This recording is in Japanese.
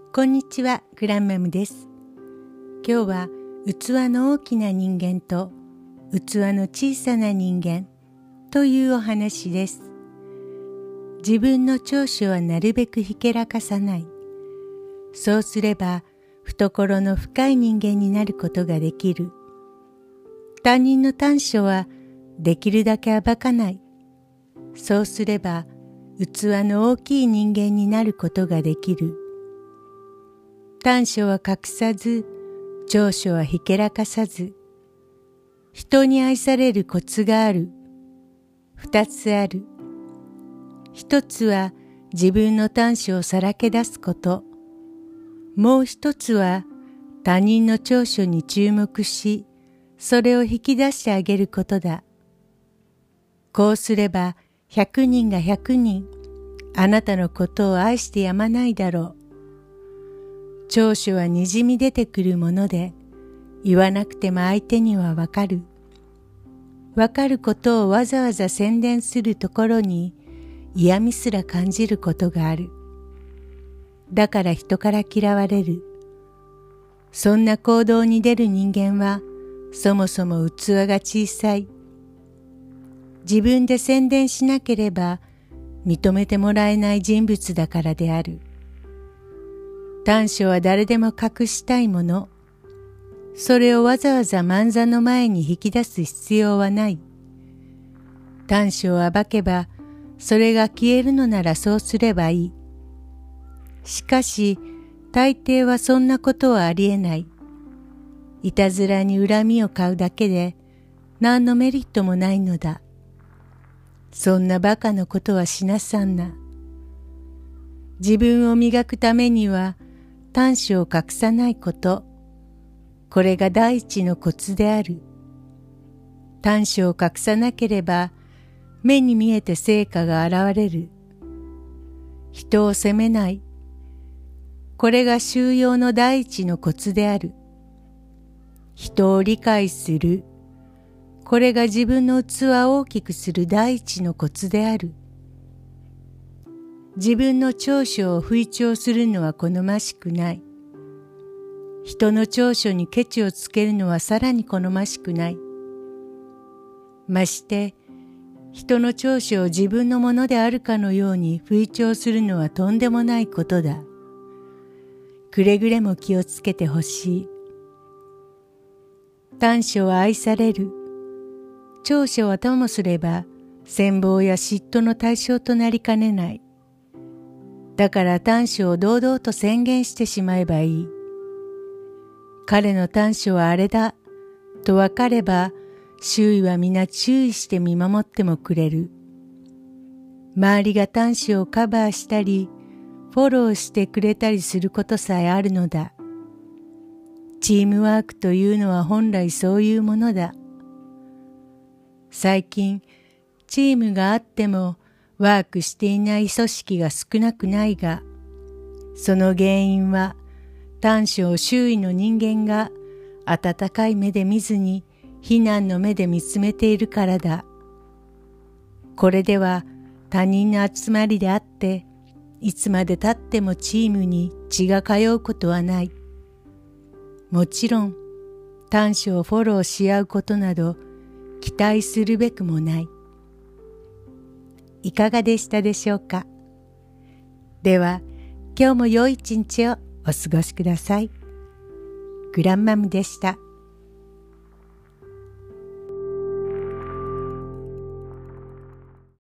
こんにちは、グランマムです。今日は器の大きな人間と器の小さな人間というお話です。自分の長所はなるべくひけらかさない。そうすれば懐の深い人間になることができる。他人の短所はできるだけ暴かない。そうすれば器の大きい人間になることができる。短所は隠さず、長所はひけらかさず。人に愛されるコツがある。二つある。一つは自分の短所をさらけ出すこと。もう一つは他人の長所に注目し、それを引き出してあげることだ。こうすれば100人が100人、あなたのことを愛してやまないだろう。長所はにじみ出てくるもので、言わなくても相手にはわかる。わかることをわざわざ宣伝するところに嫌味すら感じることがある。だから人から嫌われる。そんな行動に出る人間はそもそも器が小さい。自分で宣伝しなければ認めてもらえない人物だからである。短所は誰でも隠したいもの。それをわざわざ万座の前に引き出す必要はない。短所を暴けば、それが消えるのならそうすればいい。しかし、大抵はそんなことはありえない。いたずらに恨みを買うだけで、何のメリットもないのだ。そんな馬鹿なことはしなさんな。自分を磨くためには、短所を隠さないこと。これが第一のコツである。短所を隠さなければ、目に見えて成果が現れる。人を責めない。これが修養の第一のコツである。人を理解する。これが自分の器を大きくする第一のコツである。自分の長所を吹聴するのは好ましくない。人の長所にケチをつけるのはさらに好ましくない。まして、人の長所を自分のものであるかのように吹聴するのはとんでもないことだ。くれぐれも気をつけてほしい。短所は愛される。長所はともすれば、羨望や嫉妬の対象となりかねない。だから短所を堂々と宣言してしまえばいい。彼の短所はあれだ、とわかれば、周囲は皆注意して見守ってもくれる。周りが短所をカバーしたり、フォローしてくれたりすることさえあるのだ。チームワークというのは本来そういうものだ。最近、チームがあっても、ワークしていない組織が少なくないが、その原因は短所を周囲の人間が温かい目で見ずに非難の目で見つめているからだ。これでは他人の集まりであって、いつまで経ってもチームに血が通うことはない。もちろん短所をフォローし合うことなど期待するべくもない。いかがでしたでしょうか。では、今日も良い一日をお過ごしください。グランマムでした。